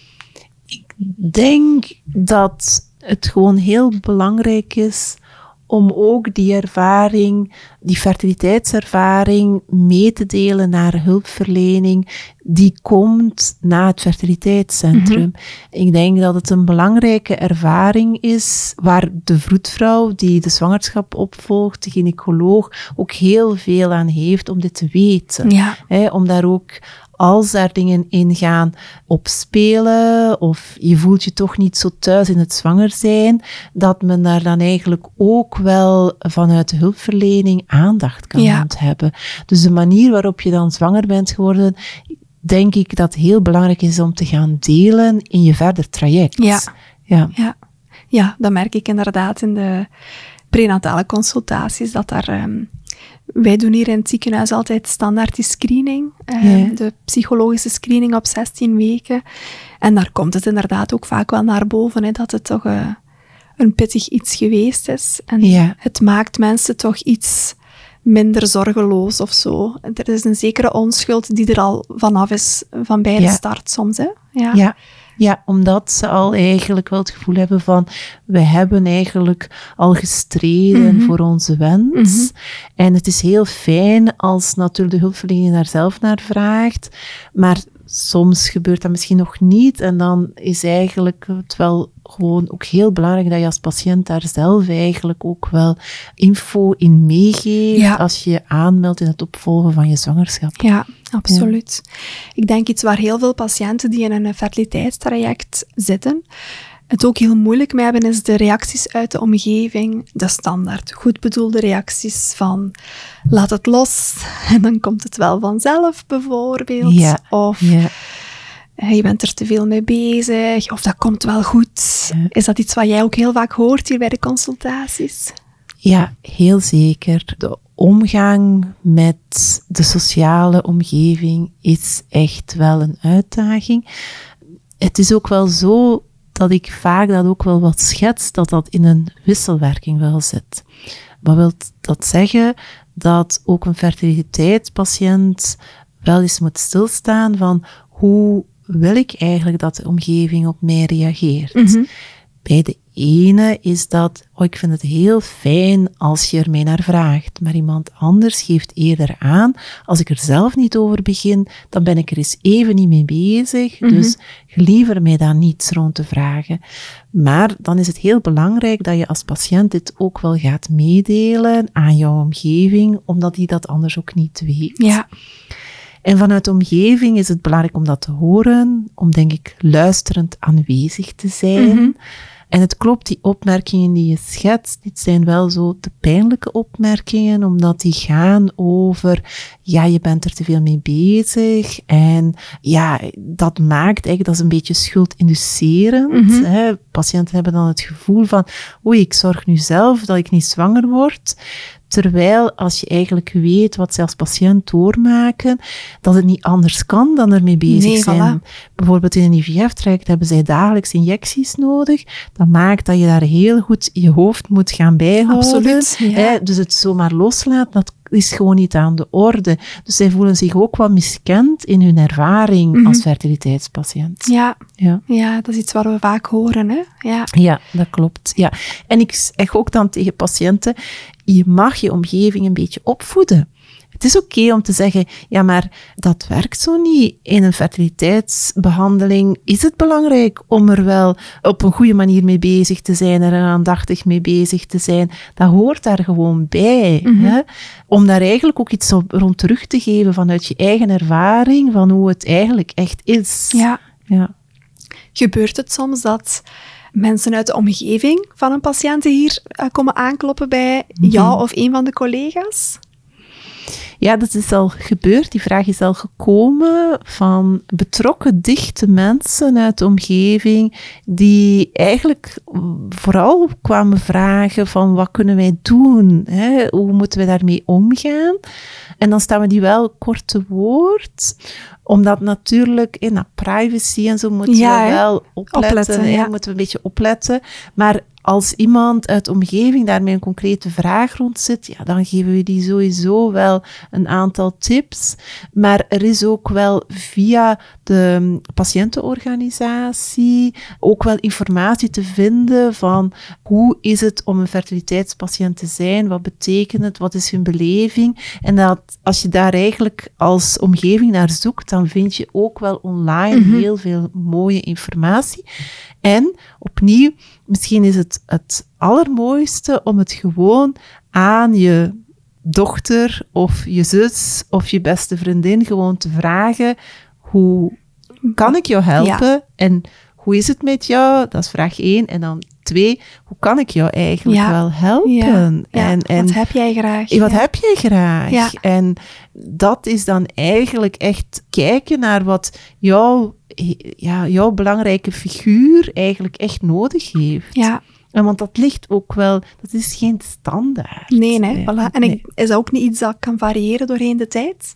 Ik denk dat het gewoon heel belangrijk is om ook die ervaring, die fertiliteitservaring mee te delen naar hulpverlening die komt na het fertiliteitscentrum. Ik denk dat het een belangrijke ervaring is waar de vroedvrouw die de zwangerschap opvolgt, de gynaecoloog, ook heel veel aan heeft om dit te weten. Ja. Om daar ook, als daar dingen in gaan opspelen, of je voelt je toch niet zo thuis in het zwanger zijn, dat men daar dan eigenlijk ook wel vanuit de hulpverlening aandacht kan rond hebben. Dus de manier waarop je dan zwanger bent geworden, denk ik dat het heel belangrijk is om te gaan delen in je verder traject. Ja, dat merk ik inderdaad in de prenatale consultaties, dat daar... wij doen hier in het ziekenhuis altijd standaard die screening, de psychologische screening op 16 weken. En daar komt het inderdaad ook vaak wel naar boven, hè, dat het toch een pittig iets geweest is. En het maakt mensen toch iets minder zorgeloos of zo. Er is een zekere onschuld die er al vanaf is, van bij de start soms. Hè? Ja, omdat ze al eigenlijk wel het gevoel hebben van, we hebben eigenlijk al gestreden voor onze wens. En het is heel fijn als natuurlijk de hulpverlening daar zelf naar vraagt, maar soms gebeurt dat misschien nog niet en dan is eigenlijk het wel gewoon ook heel belangrijk dat je als patiënt daar zelf eigenlijk ook wel info in meegeeft als je je aanmeldt in het opvolgen van je zwangerschap. Ja, absoluut. Ja. Ik denk iets waar heel veel patiënten die in een fertiliteitstraject zitten, het ook heel moeilijk mee hebben, is de reacties uit de omgeving, de standaard goed bedoelde reacties van laat het los en dan komt het wel vanzelf bijvoorbeeld. Of je bent er te veel mee bezig, of dat komt wel goed. Ja. Is dat iets wat jij ook heel vaak hoort hier bij de consultaties? Ja, heel zeker. De omgang met de sociale omgeving is echt wel een uitdaging. Het is ook wel zo dat ik vaak dat ook wel wat schets, dat in een wisselwerking wel zit. Wat wil dat zeggen? Dat ook een fertiliteitspatiënt wel eens moet stilstaan van hoe wil ik eigenlijk dat de omgeving op mij reageert. Bij de ene is dat, ik vind het heel fijn als je er mij naar vraagt, maar iemand anders geeft eerder aan, als ik er zelf niet over begin, dan ben ik er eens even niet mee bezig, dus liever mij daar niets rond te vragen. Maar dan is het heel belangrijk dat je als patiënt dit ook wel gaat meedelen aan jouw omgeving, omdat die dat anders ook niet weet. Ja. En vanuit de omgeving is het belangrijk om dat te horen, om denk ik luisterend aanwezig te zijn. En het klopt, die opmerkingen die je schetst, dit zijn wel zo de pijnlijke opmerkingen, omdat die gaan over, je bent er te veel mee bezig. En dat maakt eigenlijk, dat is een beetje schuldinducerend. Hè. Patiënten hebben dan het gevoel van, ik zorg nu zelf dat ik niet zwanger word. Terwijl als je eigenlijk weet wat ze als patiënt doormaken, dat het niet anders kan dan ermee bezig zijn. Voilà. Bijvoorbeeld in een IVF-traject hebben zij dagelijks injecties nodig. Dat maakt dat je daar heel goed je hoofd moet gaan bijhouden. Absoluut. Ja. Dus het zomaar loslaten, dat is gewoon niet aan de orde. Dus zij voelen zich ook wat miskend in hun ervaring als fertiliteitspatiënt. Ja, dat is iets wat we vaak horen. Hè? Ja, dat klopt. Ja. En ik zeg ook dan tegen patiënten, je mag je omgeving een beetje opvoeden. Het is oké om te zeggen, maar dat werkt zo niet. In een fertiliteitsbehandeling is het belangrijk om er wel op een goede manier mee bezig te zijn, er aandachtig mee bezig te zijn. Dat hoort daar gewoon bij. Hè? Om daar eigenlijk ook iets rond terug te geven vanuit je eigen ervaring, van hoe het eigenlijk echt is. Ja. Gebeurt het soms dat mensen uit de omgeving van een patiënt hier komen aankloppen bij jou of een van de collega's? Ja, dat is al gebeurd. Die vraag is al gekomen van betrokken, dichte mensen uit de omgeving die eigenlijk vooral kwamen vragen van wat kunnen wij doen? Hè? Hoe moeten we daarmee omgaan? En dan staan we die wel kort te woord, omdat natuurlijk in privacy en zo moeten we wel opletten. Moeten we een beetje opletten. Maar als iemand uit de omgeving daar met een concrete vraag rond zit, ja, dan geven we die sowieso wel een aantal tips. Maar er is ook wel via de patiëntenorganisatie ook wel informatie te vinden van hoe is het om een fertiliteitspatiënt te zijn, wat betekent het, wat is hun beleving. En dat als je daar eigenlijk als omgeving naar zoekt, dan vind je ook wel online heel veel mooie informatie. En opnieuw, misschien is het allermooiste om het gewoon aan je dochter of je zus of je beste vriendin gewoon te vragen, hoe kan ik jou helpen? Ja. En hoe is het met jou? Dat is vraag 1. En dan 2, hoe kan ik jou eigenlijk wel helpen? Ja. En wat heb jij graag? Wat heb jij graag? Ja. En dat is dan eigenlijk echt kijken naar wat jouw belangrijke figuur eigenlijk echt nodig heeft. Ja. En want dat ligt ook wel, dat is geen standaard. Nee. Voilà. En is dat ook niet iets dat kan variëren doorheen de tijd?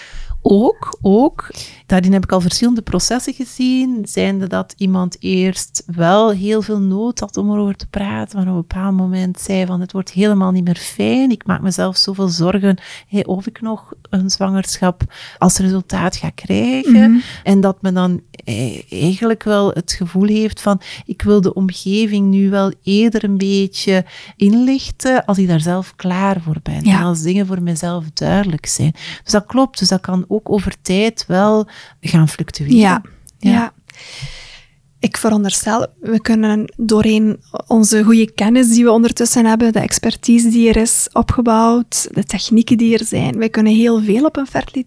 Ook. Daarin heb ik al verschillende processen gezien. Zijnde dat iemand eerst wel heel veel nood had om erover te praten, maar op een bepaald moment zei van het wordt helemaal niet meer fijn. Ik maak mezelf zoveel zorgen of ik nog een zwangerschap als resultaat ga krijgen. En dat men dan eigenlijk wel het gevoel heeft van ik wil de omgeving nu wel eerder een beetje inlichten als ik daar zelf klaar voor ben. Ja. En als dingen voor mezelf duidelijk zijn. Dus dat klopt. Dus dat kan ook over tijd wel gaan fluctueren. Ja. Ik veronderstel, we kunnen doorheen onze goede kennis die we ondertussen hebben, de expertise die er is opgebouwd, de technieken die er zijn, we kunnen heel veel op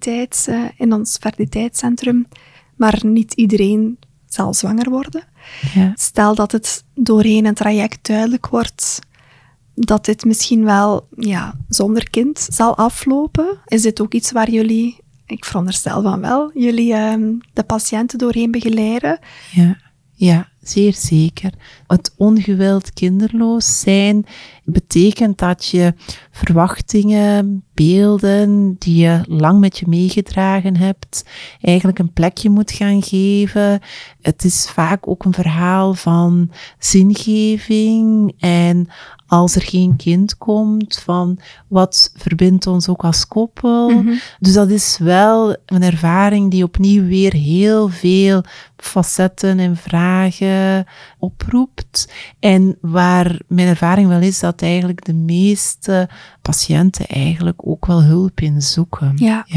in ons fertiliteitscentrum, maar niet iedereen zal zwanger worden. Ja. Stel dat het doorheen een traject duidelijk wordt dat dit misschien wel zonder kind zal aflopen. Is dit ook iets waar jullie, ik veronderstel van wel, jullie de patiënten doorheen begeleiden? Ja, zeer zeker. Het ongewild kinderloos zijn betekent dat je verwachtingen, beelden die je lang met je meegedragen hebt, eigenlijk een plekje moet gaan geven. Het is vaak ook een verhaal van zingeving en als er geen kind komt, van wat verbindt ons ook als koppel. Dus dat is wel een ervaring die opnieuw weer heel veel facetten en vragen oproept. En waar mijn ervaring wel is dat eigenlijk de meeste patiënten eigenlijk ook wel hulp in zoeken. Ja.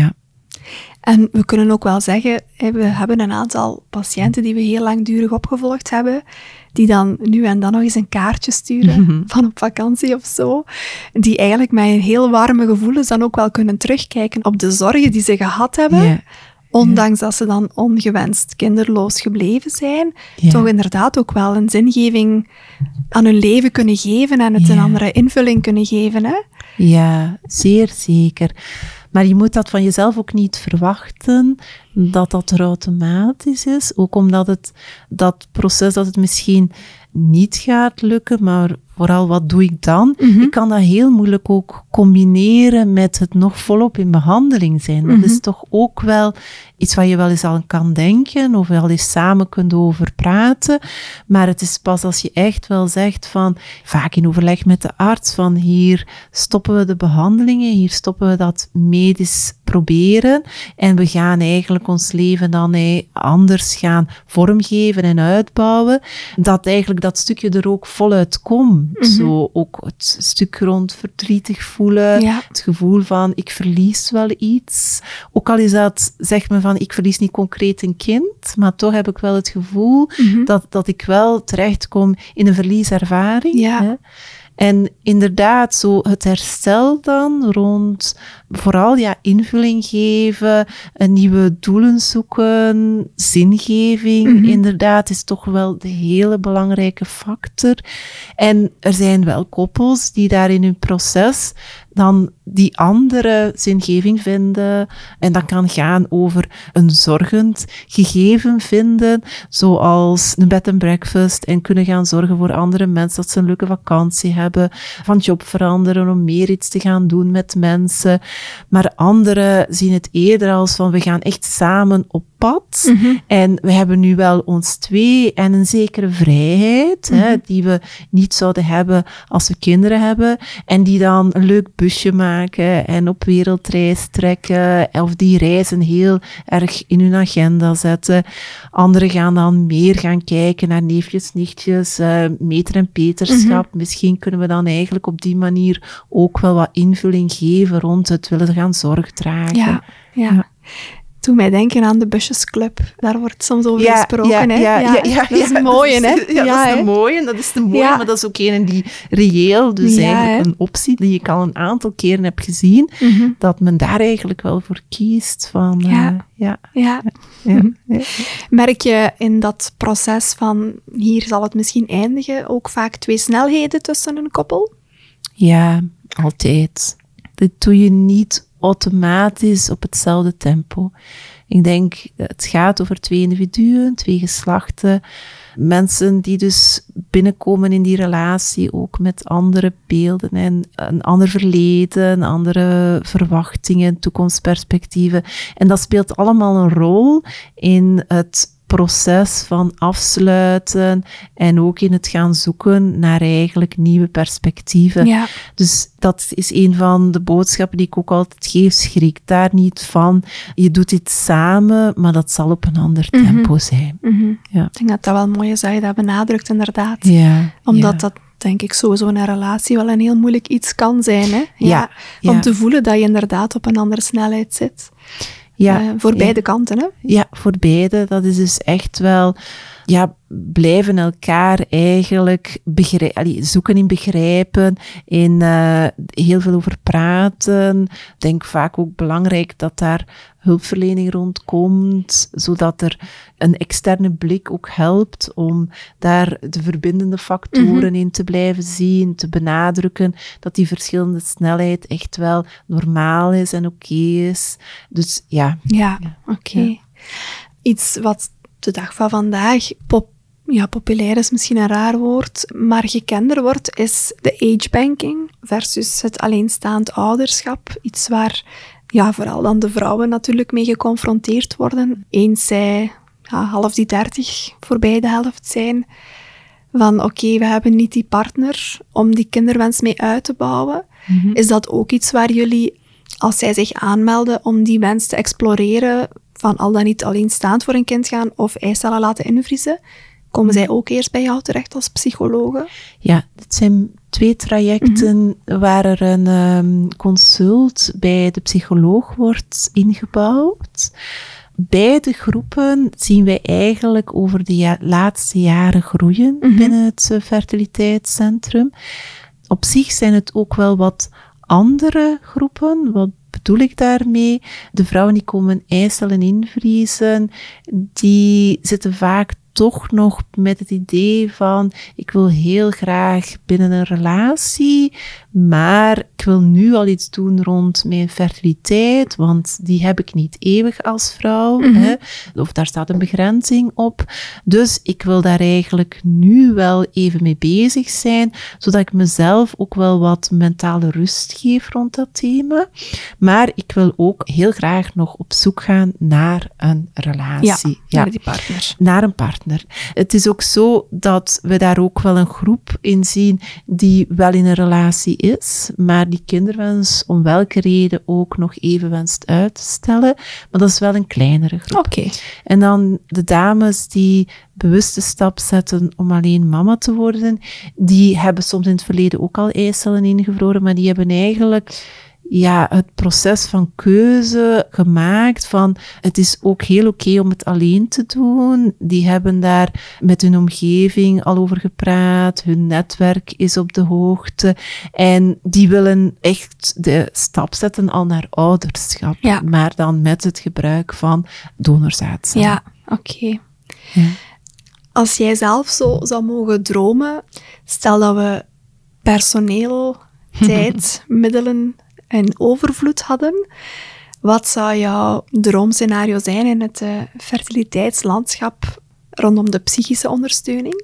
En we kunnen ook wel zeggen, we hebben een aantal patiënten die we heel langdurig opgevolgd hebben, die dan nu en dan nog eens een kaartje sturen van op vakantie of zo, die eigenlijk met een heel warme gevoelens dan ook wel kunnen terugkijken op de zorgen die ze gehad hebben, ondanks dat ze dan ongewenst kinderloos gebleven zijn, toch inderdaad ook wel een zingeving aan hun leven kunnen geven en het een andere invulling kunnen geven. Hè? Ja, zeer zeker. Maar je moet dat van jezelf ook niet verwachten, dat er automatisch is. Ook omdat dat proces, dat het misschien niet gaat lukken, maar vooral wat doe ik dan? Ik kan dat heel moeilijk ook combineren met het nog volop in behandeling zijn. Dat is toch ook wel iets waar je wel eens aan kan denken of wel eens samen kunt over praten. Maar het is pas als je echt wel zegt van, vaak in overleg met de arts, van hier stoppen we de behandelingen, hier stoppen we dat medisch proberen en we gaan eigenlijk ons leven dan anders gaan vormgeven en uitbouwen, dat eigenlijk dat stukje er ook voluit komt. Zo ook het stuk rond verdrietig voelen, het gevoel van ik verlies wel iets. Ook al is dat, zeg me van ik verlies niet concreet een kind, maar toch heb ik wel het gevoel dat ik wel terechtkom in een verlieservaring. Hè? En inderdaad, zo het herstel dan rond vooral invulling geven, nieuwe doelen zoeken, zingeving inderdaad is toch wel de hele belangrijke factor. En er zijn wel koppels die daar in hun proces dan die andere zingeving vinden. En dat kan gaan over een zorgend gegeven vinden, zoals een bed and breakfast en kunnen gaan zorgen voor andere mensen dat ze een leuke vakantie hebben, van job veranderen om meer iets te gaan doen met mensen. Maar anderen zien het eerder als van we gaan echt samen op pad en we hebben nu wel ons twee en een zekere vrijheid die we niet zouden hebben als we kinderen hebben en die dan een leuk busje maken en op wereldreis trekken of die reizen heel erg in hun agenda zetten. Anderen gaan dan meer gaan kijken naar neefjes, nichtjes, meter- en peterschap. Misschien kunnen we dan eigenlijk op die manier ook wel wat invulling geven rond het willen gaan zorg dragen. Ja. Doe mij denken aan de busjesclub. Daar wordt soms over gesproken. Dat is een mooie, hè? Dat is de mooie, maar dat is ook een die reëel, dus eigenlijk een optie die ik al een aantal keren heb gezien, dat men daar eigenlijk wel voor kiest. Merk je in dat proces van, hier zal het misschien eindigen, ook vaak twee snelheden tussen een koppel? Ja, altijd. Dat doe je niet automatisch op hetzelfde tempo. Ik denk, het gaat over twee individuen, twee geslachten, mensen die dus binnenkomen in die relatie ook met andere beelden en een ander verleden, andere verwachtingen, toekomstperspectieven. En dat speelt allemaal een rol in het proces van afsluiten en ook in het gaan zoeken naar eigenlijk nieuwe perspectieven. Ja. Dus dat is een van de boodschappen die ik ook altijd geef. Schrik daar niet van. Je doet dit samen, maar dat zal op een ander tempo zijn. Ja. Ik denk dat dat wel mooi is dat je dat benadrukt, inderdaad. Ja. Omdat dat, denk ik, sowieso in een relatie wel een heel moeilijk iets kan zijn. Hè? Om te voelen dat je inderdaad op een andere snelheid zit. Voor beide kanten, hè? Ja, voor beide. Dat is dus echt wel... blijven elkaar eigenlijk zoeken in begrijpen, in heel veel over praten. Ik denk vaak ook belangrijk dat daar hulpverlening rondkomt, zodat er een externe blik ook helpt om daar de verbindende factoren in te blijven zien, te benadrukken, dat die verschillende snelheid echt wel normaal is en oké is. Dus oké. Iets wat de dag van vandaag populair is misschien een raar woord, maar gekender wordt, is de agebanking versus het alleenstaand ouderschap. Iets waar vooral dan de vrouwen natuurlijk mee geconfronteerd worden. Eens zij half die 30 voorbij de helft zijn, van oké, we hebben niet die partner om die kinderwens mee uit te bouwen. Is dat ook iets waar jullie, als zij zich aanmelden om die wens te exploreren, van al dan niet alleenstaand voor een kind gaan of eicellen laten invriezen, komen zij ook eerst bij jou terecht als psychologe? Ja, het zijn 2 trajecten waar er een consult bij de psycholoog wordt ingebouwd. Beide groepen zien wij eigenlijk over de laatste jaren groeien binnen het fertiliteitscentrum. Op zich zijn het ook wel wat andere groepen. Wat bedoel ik daarmee? De vrouwen die komen eicellen invriezen, die zitten vaak toch nog met het idee van, ik wil heel graag binnen een relatie, maar ik wil nu al iets doen rond mijn fertiliteit, want die heb ik niet eeuwig als vrouw, hè? Of daar staat een begrenzing op. Dus ik wil daar eigenlijk nu wel even mee bezig zijn, zodat ik mezelf ook wel wat mentale rust geef rond dat thema. Maar ik wil ook heel graag nog op zoek gaan naar een relatie. Naar die partner. Naar een partner. Het is ook zo dat we daar ook wel een groep in zien die wel in een relatie is, maar die kinderwens om welke reden ook nog even wenst uit te stellen. Maar dat is wel een kleinere groep. Okay. En dan de dames die bewust de stap zetten om alleen mama te worden, die hebben soms in het verleden ook al eicellen ingevroren, maar die hebben eigenlijk het proces van keuze gemaakt van het is ook heel oké om het alleen te doen. Die hebben daar met hun omgeving al over gepraat, hun netwerk is op de hoogte en die willen echt de stap zetten al naar ouderschap, maar dan met het gebruik van donorzaadcellen. Ja, oké. Ja. Als jij zelf zo zou mogen dromen, stel dat we personeel tijd, middelen en overvloed hadden, wat zou jouw droomscenario zijn in het fertiliteitslandschap rondom de psychische ondersteuning?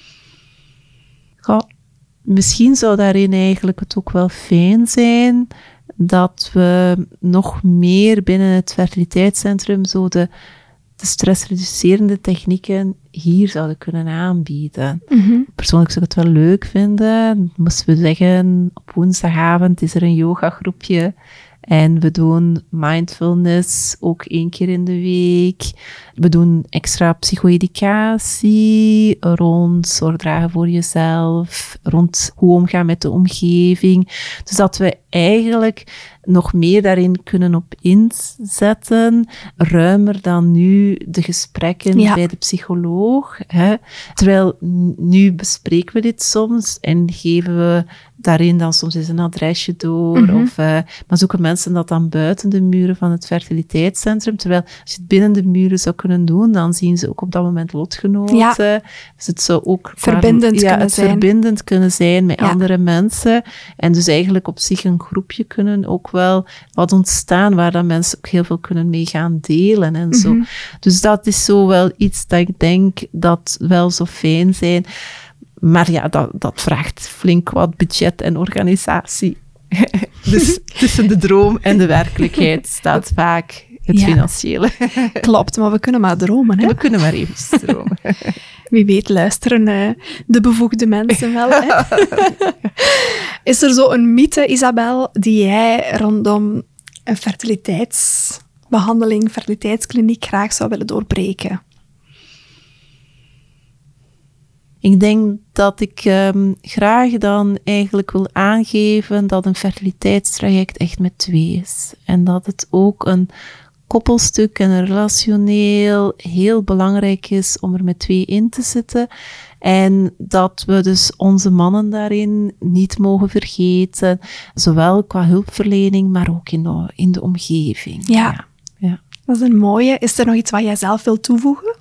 Ja, misschien zou daarin eigenlijk het ook wel fijn zijn dat we nog meer binnen het fertiliteitscentrum zo de stressreducerende technieken hier zouden kunnen aanbieden. Persoonlijk zou ik het wel leuk vinden. Moesten we zeggen, op woensdagavond is er een yogagroepje en we doen mindfulness ook 1 keer in de week. We doen extra psycho-educatie rond zorg dragen voor jezelf, rond hoe omgaan met de omgeving. Dus dat we eigenlijk nog meer daarin kunnen op inzetten, ruimer dan nu de gesprekken bij de psycholoog. Hè. Terwijl nu bespreken we dit soms en geven we daarin dan soms eens een adresje door. Maar zoeken mensen dat dan buiten de muren van het fertiliteitscentrum. Terwijl als je het binnen de muren zou kunnen doen, dan zien ze ook op dat moment lotgenoten. Ja. Dus het zou ook verbindend kunnen zijn met andere mensen. En dus eigenlijk op zich een groepje kunnen ook wel wat ontstaan, waar dan mensen ook heel veel kunnen mee gaan delen en zo. Dus dat is zo wel iets dat ik denk dat wel zo fijn zijn. Maar ja, dat vraagt flink wat budget en organisatie. Dus tussen de droom en de werkelijkheid staat vaak het financiële. Klopt, maar we kunnen maar dromen. Hè? We kunnen maar even dromen. Wie weet luisteren de bevoegde mensen wel. Hè? Is er zo een mythe, Isabel, die jij rondom een fertiliteitsbehandeling, fertiliteitskliniek graag zou willen doorbreken? Ik denk dat ik graag dan eigenlijk wil aangeven dat een fertiliteitstraject echt met 2 is. En dat het ook een koppelstuk en een relationeel heel belangrijk is om er met 2 in te zitten. En dat we dus onze mannen daarin niet mogen vergeten. Zowel qua hulpverlening, maar ook in de omgeving. Ja, dat is een mooie. Is er nog iets wat jij zelf wilt toevoegen?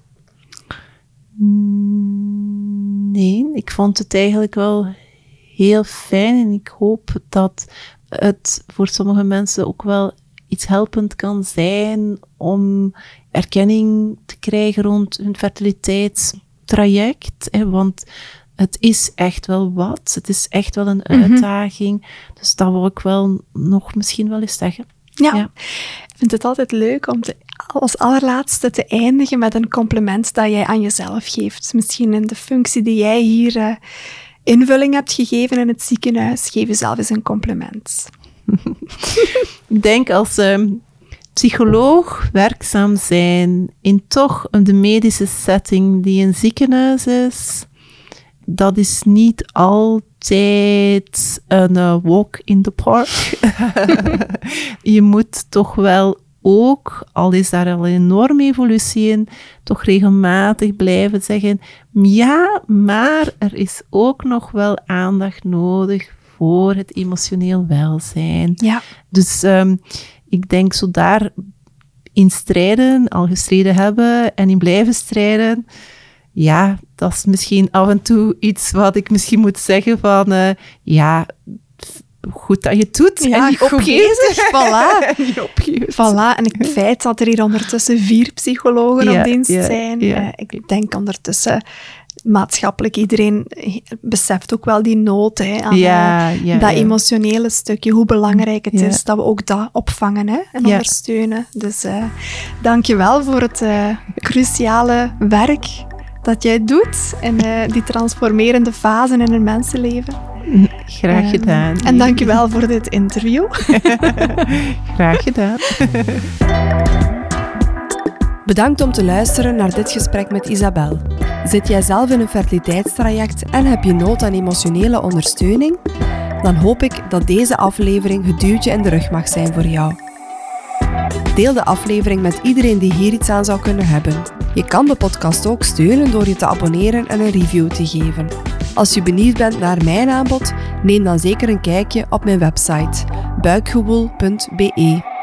Nee, ik vond het eigenlijk wel heel fijn en ik hoop dat het voor sommige mensen ook wel iets helpend kan zijn om erkenning te krijgen rond hun fertiliteitstraject. Want het is echt wel wat. Het is echt wel een uitdaging. Dus dat wil ik wel nog misschien wel eens zeggen. Ja. Ik vind het altijd leuk om als allerlaatste te eindigen met een compliment dat jij aan jezelf geeft. Misschien in de functie die jij hier invulling hebt gegeven in het ziekenhuis. Geef jezelf eens een compliment. Ik denk als psycholoog werkzaam zijn in toch de medische setting die een ziekenhuis is, dat is niet altijd een walk in the park. Je moet toch wel ook, al is daar al een enorme evolutie in, toch regelmatig blijven zeggen, ja, maar er is ook nog wel aandacht nodig voor het emotioneel welzijn. Ja. Dus ik denk zo daar in strijden, al gestreden hebben en in blijven strijden, ja, dat is misschien af en toe iets wat ik misschien moet zeggen van, goed dat je het doet en niet opgeeft. Voilà. Voilà. En het feit dat er hier ondertussen 4 psychologen op dienst zijn, ik denk ondertussen maatschappelijk iedereen beseft ook wel die nood aan dat emotionele stukje, hoe belangrijk het is dat we ook dat opvangen en ondersteunen. Dus dank je wel voor het cruciale werk dat jij doet en die transformerende fase in een mensenleven. Graag gedaan. En dank je wel voor dit interview. Graag gedaan. Bedankt om te luisteren naar dit gesprek met Isabel. Zit jij zelf in een fertiliteitstraject en heb je nood aan emotionele ondersteuning? Dan hoop ik dat deze aflevering het duwtje in de rug mag zijn voor jou. Deel de aflevering met iedereen die hier iets aan zou kunnen hebben. Je kan de podcast ook steunen door je te abonneren en een review te geven. Als je benieuwd bent naar mijn aanbod, neem dan zeker een kijkje op mijn website buikgewoel.be.